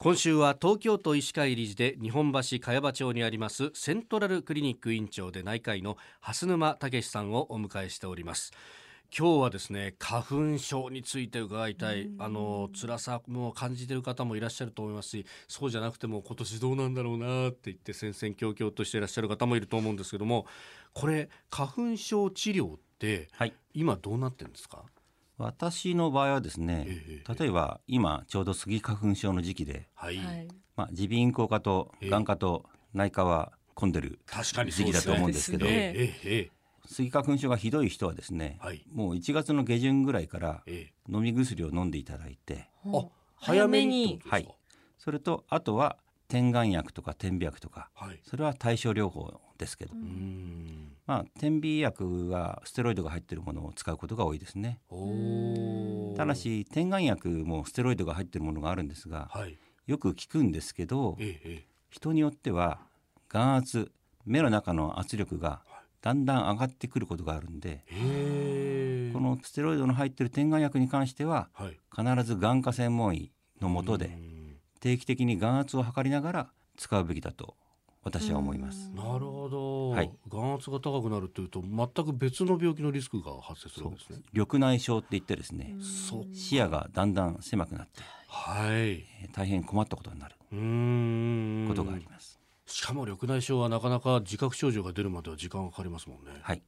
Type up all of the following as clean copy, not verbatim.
今週は東京都医師会理事で日本橋茅場町にありますセントラルクリニック院長で内科医の蓮沼武さんをお迎えしております。今日はですね、花粉症について伺いたい。辛さも感じている方もいらっしゃると思いますし、そうじゃなくても今年どうなんだろうなって言って戦々恐々としていらっしゃる方もいると思うんですけども、これ花粉症治療って、今どうなってるんですか？ 私の場合はですね、例えば今ちょうどスギ花粉症の時期で、耳鼻咽喉科と眼科と内科は混んでる時期だと思うんですけど、スギ花粉症がひどい人はですね、もう1月の下旬ぐらいから飲み薬を飲んでいただいて、 早めに、 それとあとは点眼薬とか点鼻薬とか、それは対症療法ですけど、点鼻薬はステロイドが入っているものを使うことが多いですね。ただし点眼薬もステロイドが入っているものがあるんですが、よく効くんですけど、人によっては眼圧、目の中の圧力がだんだん上がってくることがあるんで、このステロイドの入っている点眼薬に関しては、必ず眼科専門医の下で定期的に眼圧を測りながら使うべきだと私は思います。 なるほど、眼圧が高くなるというと全く別の病気のリスクが発生するんですね。 緑内障って言ってですね、視野がだんだん狭くなって、大変困ったことになることがあります。 しかも緑内障はなかなか自覚症状が出るまでは時間がかかりますもんね。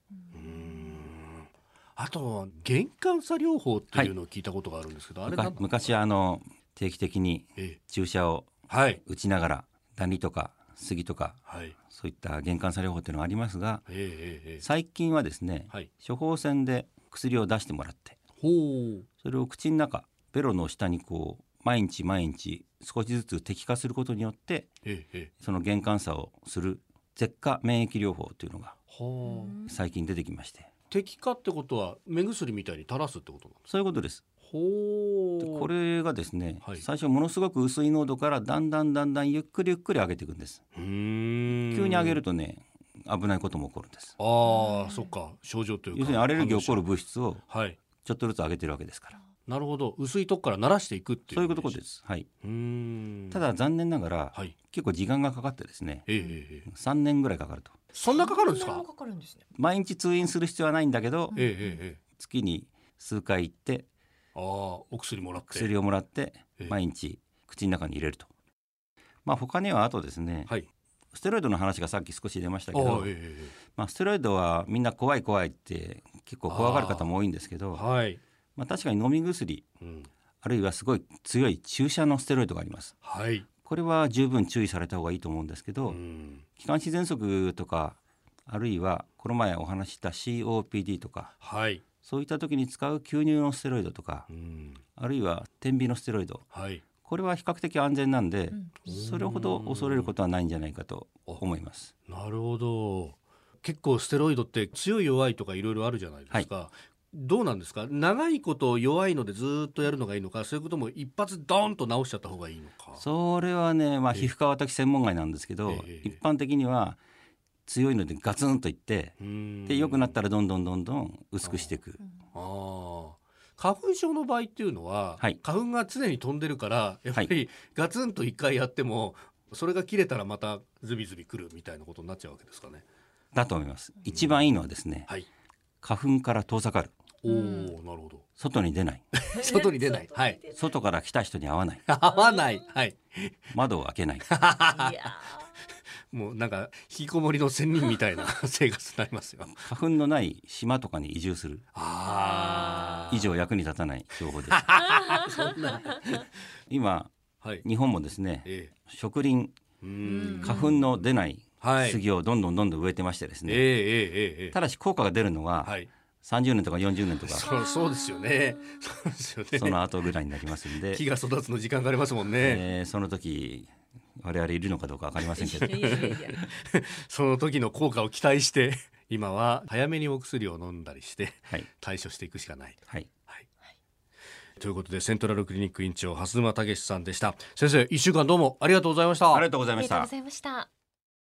あと原管差療法っていうのを聞いたことがあるんですけど、あれ昔は定期的に注射を打ちながらダニとか杉とか、そういった原管差療法っていうのがありますが、最近はですね、処方箋で薬を出してもらって、それを口の中、ベロの下にこう毎日少しずつ滴下することによって、その原管差をする舌下免疫療法というのが最近出てきまして。 滴下ってことは目薬みたいに垂らすってことなんですか？ そういうことです。これがですね、最初ものすごく薄い濃度からだんだんゆっくり上げていくんです。急に上げるとね、危ないことも起こるんです。 そっか、症状というか、 要するにアレルギー起こる物質をちょっとずつ上げてるわけですから。 なるほど、薄いとこから慣らしていくっていう、 そういうことです。ただ残念ながら、結構時間がかかってですね、3年ぐらいかかると。 そんなかかるんですか？ 毎日通院する必要はないんだけど、月に数回行ってお薬をもらって毎日口の中に入れると。他にはあとですね、ステロイドの話がさっき少し出ましたけど、ステロイドはみんな怖いって結構怖がる方も多いんですけど、確かに飲み薬、あるいはすごい強い注射のステロイドがあります。これは十分注意された方がいいと思うんですけど、気管支喘息とか、あるいはこの前お話しした COPD とか、そういった時に使う吸入のステロイドとか、あるいは点鼻のステロイド、これは比較的安全なんで、それほど恐れることはないんじゃないかと思います。 なるほど。結構ステロイドって強い弱いとかいろいろあるじゃないですか。どうなんですか？長いこと弱いのでずっとやるのがいいのか、そういうことも一発ドーンと治しちゃった方がいいのか。 それはね、皮膚科は私専門外なんですけど、一般的には強いのでガツンといって、で良くなったらどんどん薄くしていく。 花粉症の場合っていうのは、花粉が常に飛んでるからやっぱりガツンと一回やっても、それが切れたらまたズビズビくるみたいなことになっちゃうわけですかね。 だと思います。一番いいのはですね、花粉から遠ざかる。 なるほど。 外に出ない外に出ない、 外から来た人に会わない窓を開けないもうなんか引きこもりの仙人みたいな生活になりますよ。 花粉のない島とかに移住する。以上役に立たない情報です今、日本もですね、植林、花粉の出ない杉をどんどん植えてましてですね、ただし効果が出るのは、30年とか40年とか、 そうですよね。 その後ぐらいになりますんで、 木が育つの時間がありますもんね。 その時我々いるのかどうか分かりませんけどその時の効果を期待して今は早めにお薬を飲んだりして対処していくしかない、ということでセントラルクリニック院長蓮沼武さんでした。先生、1週間どうもありがとうございました。 ありがとうございました。